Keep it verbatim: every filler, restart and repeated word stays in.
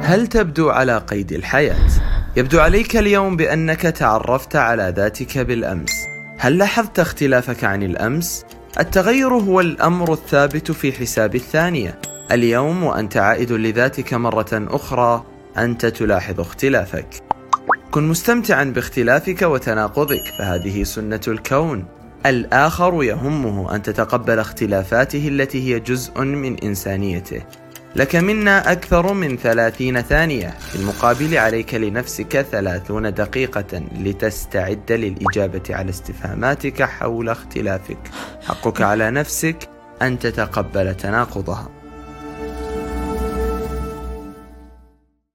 هل تبدو على قيد الحياة؟ يبدو عليك اليوم بأنك تعرفت على ذاتك بالأمس. هل لاحظت اختلافك عن الأمس؟ التغير هو الأمر الثابت في حساب الثانية. اليوم وأنت عائد لذاتك مرة أخرى، أنت تلاحظ اختلافك. كن مستمتعا باختلافك وتناقضك، فهذه سنة الكون. الآخر يهمه أن تتقبل اختلافاته التي هي جزء من إنسانيته. لك منا أكثر من ثلاثين ثانية، في المقابل عليك لنفسك ثلاثون دقيقة لتستعد للإجابة على استفهاماتك حول اختلافك. حقك على نفسك أن تتقبل تناقضها.